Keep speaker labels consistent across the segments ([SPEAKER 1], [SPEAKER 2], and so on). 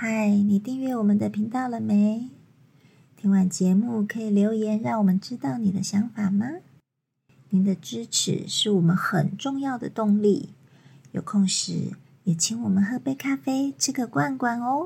[SPEAKER 1] 嗨，你订阅我们的频道了没？听完节目可以留言让我们知道你的想法吗？您的支持是我们很重要的动力，有空时也请我们喝杯咖啡，吃个罐罐哦。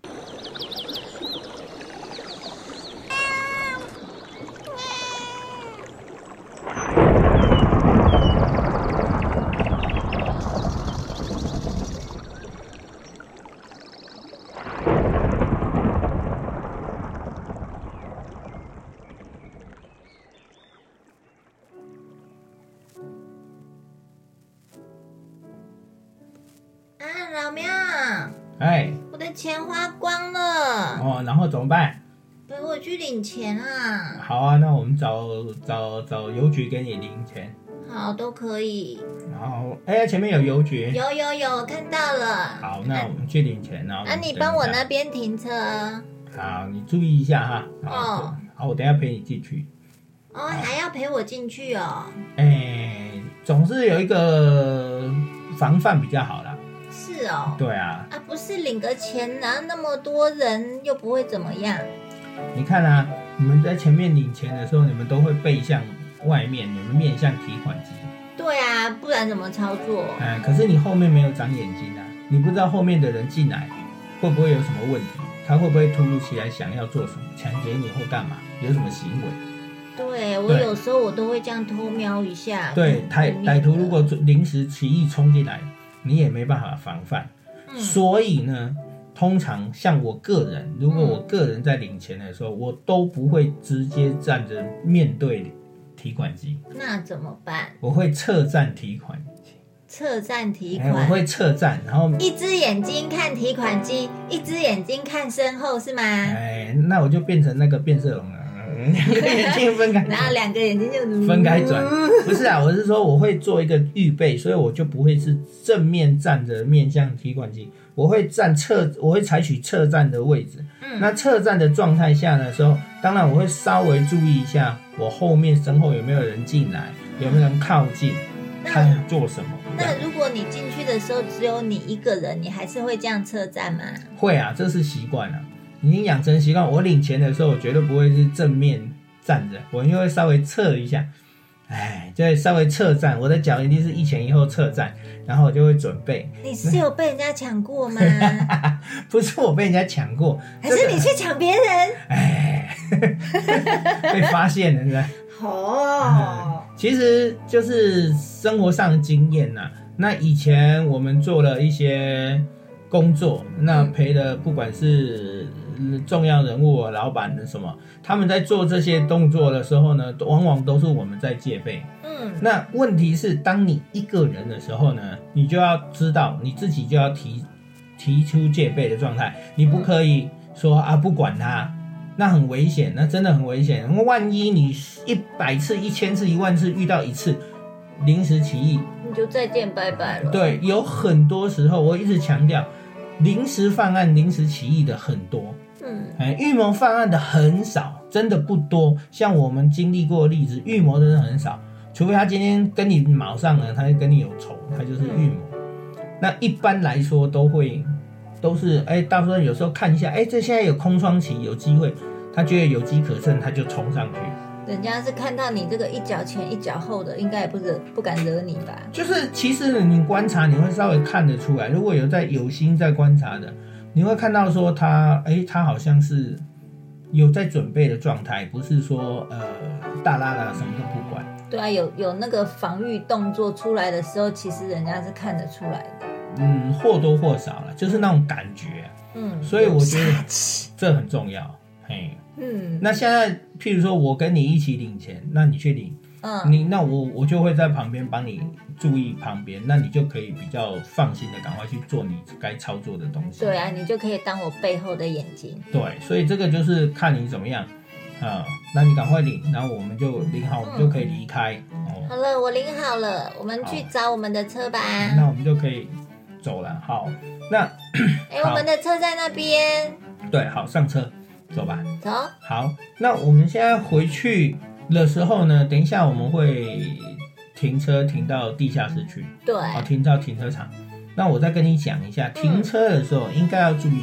[SPEAKER 1] 老喵，我的钱花光了
[SPEAKER 2] 哦，然后怎么办？
[SPEAKER 1] 陪我去领钱啊！
[SPEAKER 2] 好啊，那我们找邮局给你领钱。
[SPEAKER 1] 好，都可以。
[SPEAKER 2] 然后，前面有邮局。
[SPEAKER 1] 有，看到了。
[SPEAKER 2] 好，那我们去领钱哦。
[SPEAKER 1] 你帮我那边停车。
[SPEAKER 2] 好，你注意一下哈。好，我等一下陪你进去。
[SPEAKER 1] 还要陪我进去哦。
[SPEAKER 2] 总是有一个防范比较好啦。
[SPEAKER 1] 是哦。
[SPEAKER 2] 对啊。
[SPEAKER 1] 不是领个钱，然后那么多人又不会怎么样。
[SPEAKER 2] 你看啊，你们在前面领钱的时候，你们都会背向外面，你们面向提款机。
[SPEAKER 1] 对啊，不然怎么操作？
[SPEAKER 2] 可是你后面没有长眼睛啊，你不知道后面的人进来会不会有什么问题，他会不会突如其来想要做什么，抢劫你或干嘛，有什么行为？
[SPEAKER 1] 对，我有时候我都会这样偷瞄一下。
[SPEAKER 2] 对，歹徒如果临时起意冲进来，你也没办法防范。所以呢，通常像我个人，如果我个人在领钱的时候，我都不会直接站着面对提款机。
[SPEAKER 1] 那怎么办？
[SPEAKER 2] 我会侧站提款机。
[SPEAKER 1] 侧站提款，
[SPEAKER 2] 我会侧站，然后
[SPEAKER 1] 一只眼睛看提款机，一只眼睛看身后，是吗？
[SPEAKER 2] 那我就变成那个变色龙了，两个眼睛分开，
[SPEAKER 1] 然后两个眼睛就
[SPEAKER 2] 分开转。不是啊，我是说我会做一个预备，所以我就不会是正面站着面向提款机，我会采取侧站的位置。那侧站的状态下的时候，当然我会稍微注意一下我后面身后有没有人进来，有没有人靠近，看做什么。
[SPEAKER 1] 那如果你进去的时候只有你一个人，你还是会这样侧站吗？
[SPEAKER 2] 会啊，这是习惯了，已经养成习惯。我领钱的时候，我绝对不会是正面站着，我就会稍微侧一下，就会稍微侧站，我的脚一定是一前一后侧站，然后我就会准备。
[SPEAKER 1] 你是有被人家抢过吗？
[SPEAKER 2] 不是我被人家抢过，
[SPEAKER 1] 还是你去抢别人？
[SPEAKER 2] 被发现了，是吧？其实就是生活上的经验呐。那以前我们做了一些工作，那陪的不管是重要人物、老板的什么，他们在做这些动作的时候呢，往往都是我们在戒备。那问题是，当你一个人的时候呢，你就要知道你自己就要提出戒备的状态，你不可以说不管他。那很危险，那真的很危险。万一你100次、1000次、10000次遇到一次临时起意，
[SPEAKER 1] 你就再见拜拜了。
[SPEAKER 2] 对，有很多时候我一直强调，临时犯案、临时起意的很多，预谋犯案的很少，真的不多。像我们经历过的例子，预谋真的很少，除非他今天跟你卯上了，他跟你有仇，他就是预谋。那一般来说都是到时候有时候看一下，这现在有空窗期，有机会，他觉得有机可乘，他就冲上去。
[SPEAKER 1] 人家是看到你这个一脚前一脚后的，应该也不敢惹你吧？
[SPEAKER 2] 就是其实你观察，你会稍微看得出来，如果有心在观察的，你会看到说他好像是有在准备的状态，不是说大拉拉什么都不管。
[SPEAKER 1] 对啊，有那个防御动作出来的时候，其实人家是看得出来的。
[SPEAKER 2] 或多或少了，就是那种感觉。所以我觉得这很重要。那现在譬如说我跟你一起领钱，那你去领，那我就会在旁边帮你注意旁边，那你就可以比较放心的赶快去做你该操作的东西。
[SPEAKER 1] 对啊，你就可以当我背后的眼睛。
[SPEAKER 2] 对，所以这个就是看你怎么样那你赶快领，然后我们就领好，我们就可以离开。
[SPEAKER 1] 好了，我领好了，我们去找我们的车吧。
[SPEAKER 2] 那我们就可以走了。好，那
[SPEAKER 1] 我们的车在那边。
[SPEAKER 2] 对，好，上车，走吧。
[SPEAKER 1] 走。
[SPEAKER 2] 好，那我们现在回去的时候呢，等一下我们会停车停到地下室去。
[SPEAKER 1] 对。
[SPEAKER 2] 停到停车场。那我再跟你讲一下，停车的时候应该要注意什么。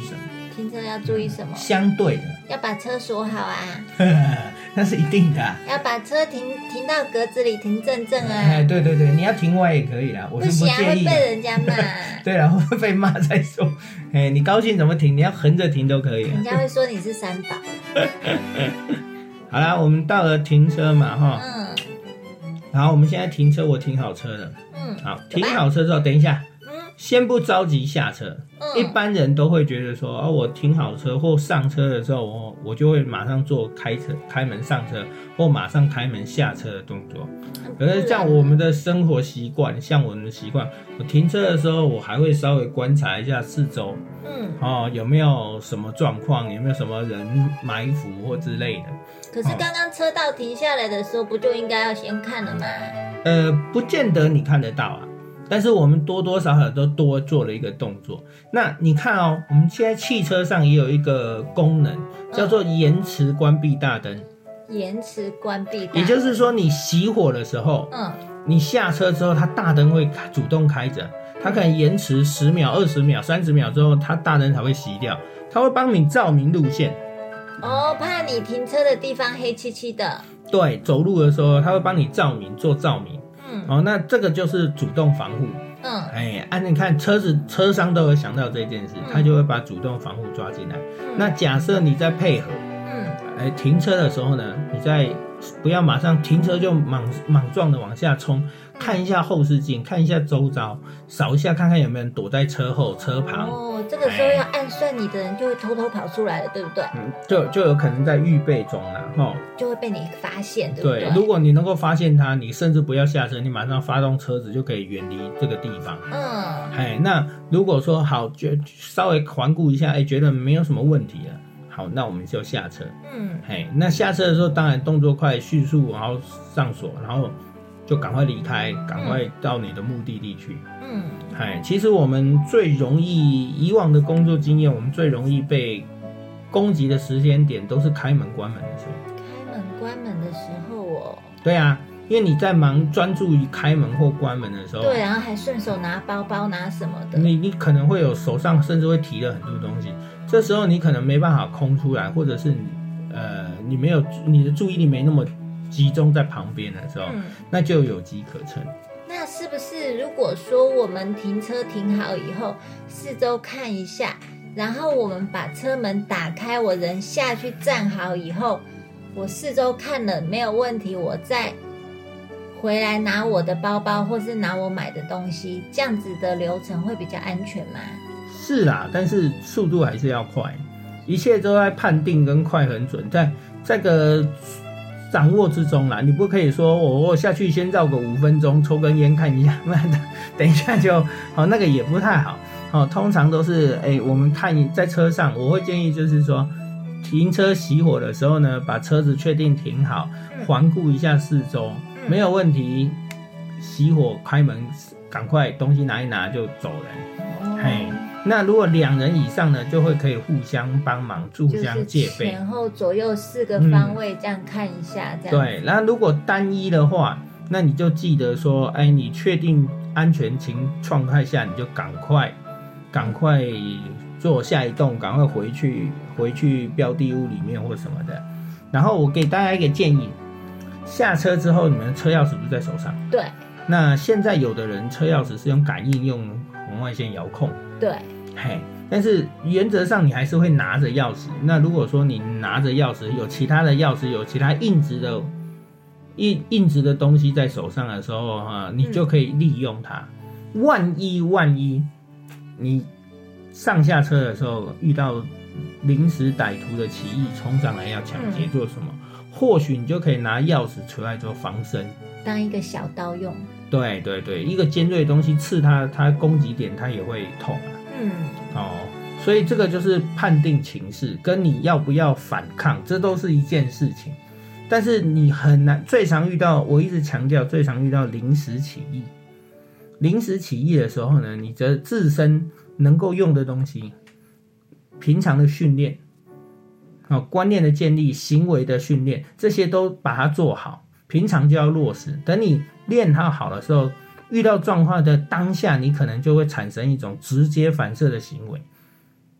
[SPEAKER 1] 停车要注意什么？
[SPEAKER 2] 相对的，
[SPEAKER 1] 要把车锁好啊。
[SPEAKER 2] 那是一定的。
[SPEAKER 1] 要把车停到格子里，停正正啊。
[SPEAKER 2] 哎，对对对，你要停歪也可以啦，我是不介意的。
[SPEAKER 1] 不行啊，会被人家骂。
[SPEAKER 2] 对啦，会被骂再说。哎，你高兴怎么停，你要横着停都可以。
[SPEAKER 1] 人家会说你是三宝。
[SPEAKER 2] 好啦，我们到了停车嘛，哈。好，我们现在停车，我停好车了。好，停好车之后，等一下。先不着急下车，一般人都会觉得说，我停好车或上车的时候，我就会马上做开门上车或马上开门下车的动作。可是像我们的生活习惯，像我们的习惯，我停车的时候，我还会稍微观察一下四周，有没有什么状况，有没有什么人埋伏或之类的。
[SPEAKER 1] 可是刚刚车道停下来的时候，不就应该要先看了吗？
[SPEAKER 2] 不见得你看得到啊。但是我们多多少少都多做了一个动作。那你看哦，我们现在汽车上也有一个功能，叫做延迟关闭大灯。
[SPEAKER 1] 延迟关闭大灯，
[SPEAKER 2] 也就是说，你熄火的时候，你下车之后，它大灯会主动开着，它可能延迟10秒、20秒、30秒之后，它大灯才会熄掉，它会帮你照明路线。
[SPEAKER 1] 怕你停车的地方黑漆漆的。对，
[SPEAKER 2] 走路的时候，它会帮你照明，做照明。那这个就是主动防护。你看车商都有想到这件事，他就会把主动防护抓进来。那假设你在配合，停车的时候呢，你不要马上停车就莽撞的往下冲，看一下后视镜，看一下周遭，扫一下看看有没有人躲在车后车旁。
[SPEAKER 1] 这个时候要暗算你的人就会偷偷跑出来了，对不对？
[SPEAKER 2] 就有可能在预备中啦，
[SPEAKER 1] 就会被你发现，对不对？
[SPEAKER 2] 对，如果你能够发现他，你甚至不要下车，你马上发动车子就可以远离这个地方。那如果说好，稍微环顾一下，觉得没有什么问题了，好，那我们就下车。那下车的时候，当然动作快，迅速，然后上锁，然后就赶快离开，赶快到你的目的地去。其实我们最容易以往的工作经验，我们最容易被攻击的时间点都是开门关门的时候。
[SPEAKER 1] 开门关门的时候
[SPEAKER 2] 对啊，因为你在忙专注于开门或关门的时候，
[SPEAKER 1] 对，然后还顺手拿包包拿什么的，
[SPEAKER 2] 你可能会有手上甚至会提了很多东西，这时候你可能没办法空出来，或者是你的注意力没那么集中在旁边的时候，那就有机可乘。
[SPEAKER 1] 那是不是如果说我们停车停好以后，四周看一下，然后我们把车门打开，我人下去站好以后，我四周看了没有问题，我再回来拿我的包包或是拿我买的东西，这样子的流程会比较安全吗？
[SPEAKER 2] 是啦，但是速度还是要快，一切都在判定跟快很准，在这个掌握之中啦。你不可以说我下去先绕个5分钟，抽根烟看一下，等一下就那个也不太好。通常都是我们看在车上，我会建议就是说，停车熄火的时候呢，把车子确定停好，环顾一下四周，没有问题，熄火开门，赶快东西拿一拿就走人。那如果2人以上呢，就会可以互相帮忙，互相戒备，
[SPEAKER 1] 前后左右4个方位这样看一下，这样。
[SPEAKER 2] 对，那如果单一的话，那你就记得说，你确定安全情状态下，你就赶快做下一动，赶快回去标的物里面或什么的。然后我给大家一个建议，下车之后，你们的车钥匙不是在手上？
[SPEAKER 1] 对。
[SPEAKER 2] 那现在有的人车钥匙是用感应，用红外线遥控。
[SPEAKER 1] 对。
[SPEAKER 2] 但是原则上你还是会拿着钥匙。那如果说你拿着钥匙，有其他的钥匙，有其他硬质的东西在手上的时候，你就可以利用它。万一你上下车的时候遇到临时歹徒的起义冲上来要抢劫做什么，或许你就可以拿钥匙出来做防身，
[SPEAKER 1] 当一个小刀用。
[SPEAKER 2] 对对对，一个尖锐的东西刺它攻击点它也会痛所以这个就是判定情势，跟你要不要反抗，这都是一件事情。但是你很难，最常遇到，我一直强调，最常遇到临时起义。临时起义的时候呢，你的自身能够用的东西，平常的训练，观念的建立，行为的训练，这些都把它做好，平常就要落实。等你练它好的时候，遇到状况的当下，你可能就会产生一种直接反射的行为。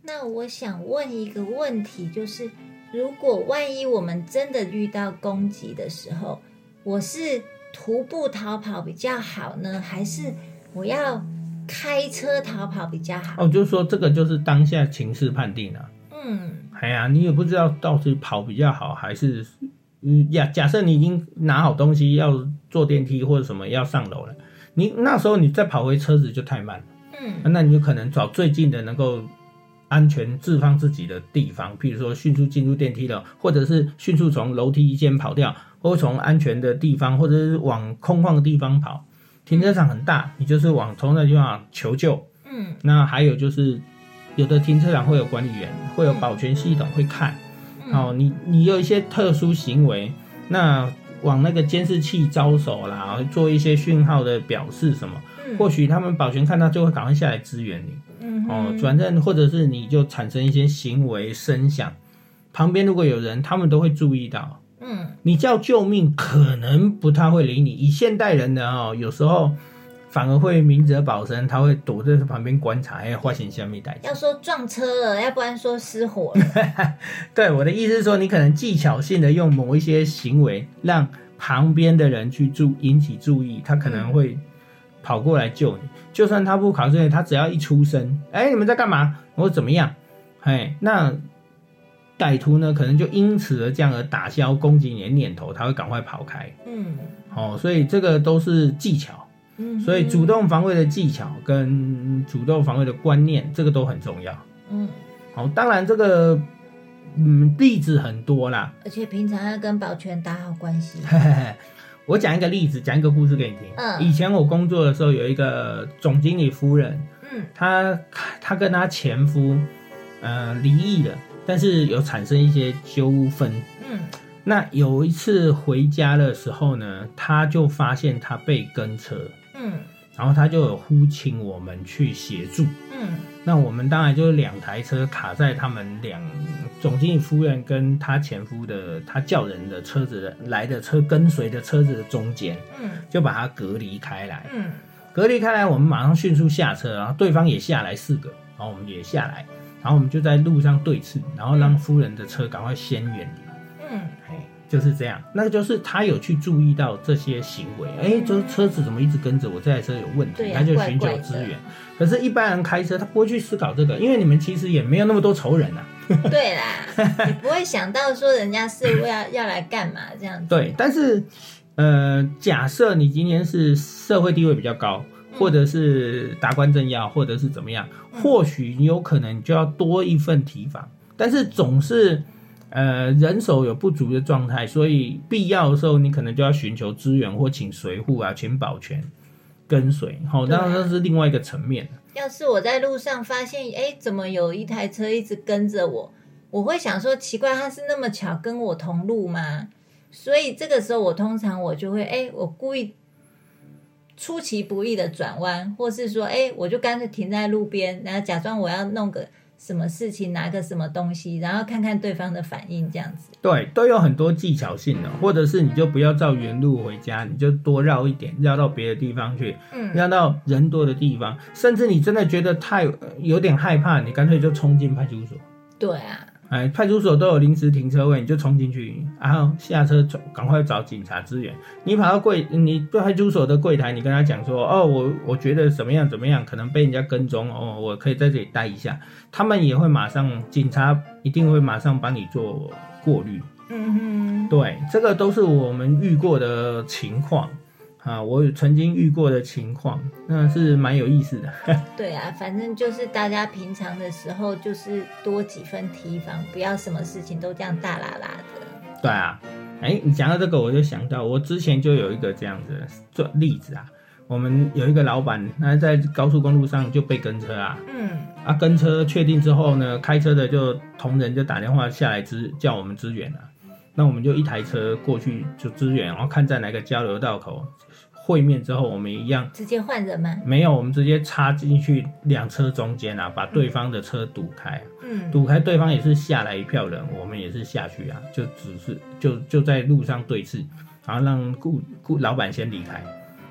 [SPEAKER 1] 那我想问一个问题，就是如果万一我们真的遇到攻击的时候，我是徒步逃跑比较好呢，还是我要开车逃跑比较好？
[SPEAKER 2] 就是说这个就是当下情势判定啊。你也不知道到底跑比较好，还是假设你已经拿好东西要坐电梯或者什么要上楼了，你那时候你再跑回车子就太慢了。那你就可能找最近的能够安全置放自己的地方，譬如说迅速进入电梯了，或者是迅速从楼梯间跑掉，或从安全的地方，或者是往空旷的地方跑。停车场很大，你就是从那地方求救。那还有就是有的停车场会有管理员，会有保全系统会看。你有一些特殊行为，那往那个监视器招手啦，做一些讯号的表示什么，或许他们保全看到就会赶快下来支援你。反正或者是你就产生一些行为声响，旁边如果有人，他们都会注意到。你叫救命可能不太会理你，以现代人的有时候反而会明哲保身，他会躲在旁边观察，发生什么事。
[SPEAKER 1] 要说撞车了，要不然说失火了。
[SPEAKER 2] 对，我的意思是说，你可能技巧性的用某一些行为，让旁边的人去引起注意，他可能会跑过来救你。就算他不考虑，他只要一出声，你们在干嘛？或者怎么样？那歹徒呢，可能就因此而这样而打消攻击你的念头，他会赶快跑开。所以这个都是技巧。所以主动防卫的技巧跟主动防卫的观念，这个都很重要。当然这个例子很多啦，
[SPEAKER 1] 而且平常要跟保全打好关系。
[SPEAKER 2] 我讲一个例子，讲一个故事给你听。以前我工作的时候，有一个总经理夫人，她跟她前夫离异了，但是有产生一些纠纷。那有一次回家的时候呢，她就发现她被跟车。然后他就有呼请我们去协助。那我们当然就是2台车卡在他们总经理夫人跟他前夫的他叫人的车子来的车跟随的车子的中间。就把它隔离开来。隔离开来，我们马上迅速下车，然后对方也下来4个，然后我们也下来，然后我们就在路上对峙，然后让夫人的车赶快先远离。就是这样，那个就是他有去注意到这些行为，就是车子怎么一直跟着我，这台车有问题，他就寻求支援。可是一般人开车他不会去思考这个，因为你们其实也没有那么多仇人啊。
[SPEAKER 1] 对啦，你不会想到说人家是要来干嘛这样子。
[SPEAKER 2] 对，但是假设你今天是社会地位比较高，或者是达官正要，或者是怎么样，或许你有可能就要多一份提防，但是总是人手有不足的状态，所以必要的时候你可能就要寻求支援，或请随护啊，请保全跟随。当然这是另外一个层面。
[SPEAKER 1] 要是我在路上发现怎么有一台车一直跟着我，我会想说奇怪，他是那么巧跟我同路吗？所以这个时候我通常我就会我故意出其不意的转弯，或是说我就干脆停在路边，然后假装我要弄个什么事情，拿个什么东西，然后看看对方的反应，这样子。
[SPEAKER 2] 对，都有很多技巧性的，或者是你就不要照原路回家，你就多绕一点，绕到别的地方去，绕到人多的地方，甚至你真的觉得有点害怕，你干脆就冲进派出所。
[SPEAKER 1] 对啊。
[SPEAKER 2] 派出所都有临时停车位，你就冲进去，然后下车赶快找警察支援。你跑到你派出所的柜台，你跟他讲说，我觉得怎么样怎么样，可能被人家跟踪，我可以在这里待一下。他们也会警察一定会马上帮你做过滤。对，这个都是我们遇过的情况。我曾经遇过的情况，那是蛮有意思的。
[SPEAKER 1] 对啊，反正就是大家平常的时候就是多几分提防，不要什么事情都这样大啦啦的。
[SPEAKER 2] 对啊，你讲到这个我就想到，我之前就有一个这样子的例子啊。我们有一个老板，他在高速公路上就被跟车啊。跟车确定之后呢，开车的同仁就打电话下来叫我们支援啊。那我们就一台车过去就支援，然后看在哪个交流道口会面之后，我们一样
[SPEAKER 1] 直接换人吗？
[SPEAKER 2] 没有，我们直接插进去2车中间啊，把对方的车堵开。堵开，对方也是下来一票人，我们也是下去啊，就只是就在路上对峙，然后让老板先离开。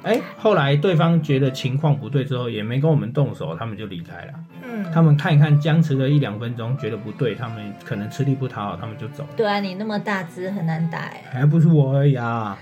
[SPEAKER 2] 后来对方觉得情况不对之后，也没跟我们动手，他们就离开了。他们看一看僵持了1-2分钟，觉得不对，他们可能吃力不讨好，他们就走了。
[SPEAKER 1] 对啊，你那么大只很难打
[SPEAKER 2] 还不是我而已啊！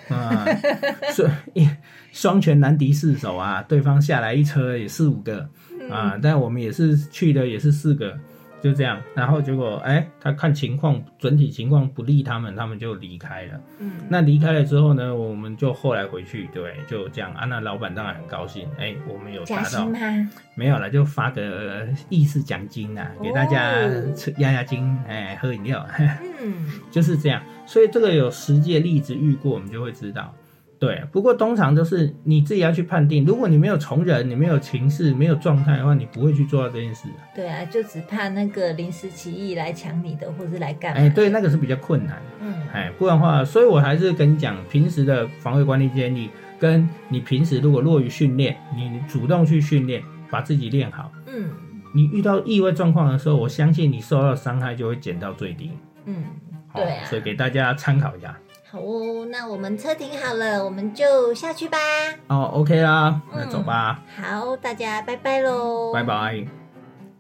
[SPEAKER 2] 双拳难敌4手啊，对方下来一车也4-5个啊，但我们也是去的也是4个。就这样，然后结果他看情况，整体情况不利他们就离开了。那离开了之后呢，我们就后来回去，对，就这样啊。那老板当然很高兴，我们有达到。加
[SPEAKER 1] 薪吗？
[SPEAKER 2] 没有了，就发个意式奖金啦，给大家吃压惊，喝饮料。就是这样。所以这个有实际的例子遇过，我们就会知道。对，不过通常都是你自己要去判定，如果你没有从人，你没有情势，没有状态的话，你不会去做到这件事。
[SPEAKER 1] 对啊，就只怕那个临时起意来抢你的，或是来干嘛。
[SPEAKER 2] 对，那个是比较困难。不然的话，所以我还是跟你讲，平时的防卫管理建议，跟你平时如果落于训练，你主动去训练，把自己练好。你遇到意外状况的时候，我相信你受到的伤害就会减到最低。
[SPEAKER 1] 对啊，
[SPEAKER 2] 所以给大家参考一下。
[SPEAKER 1] 好哦，那我们车停好了，我们就下去吧。
[SPEAKER 2] OK 啦，那走吧。
[SPEAKER 1] 好，大家拜拜咯。
[SPEAKER 2] 拜拜。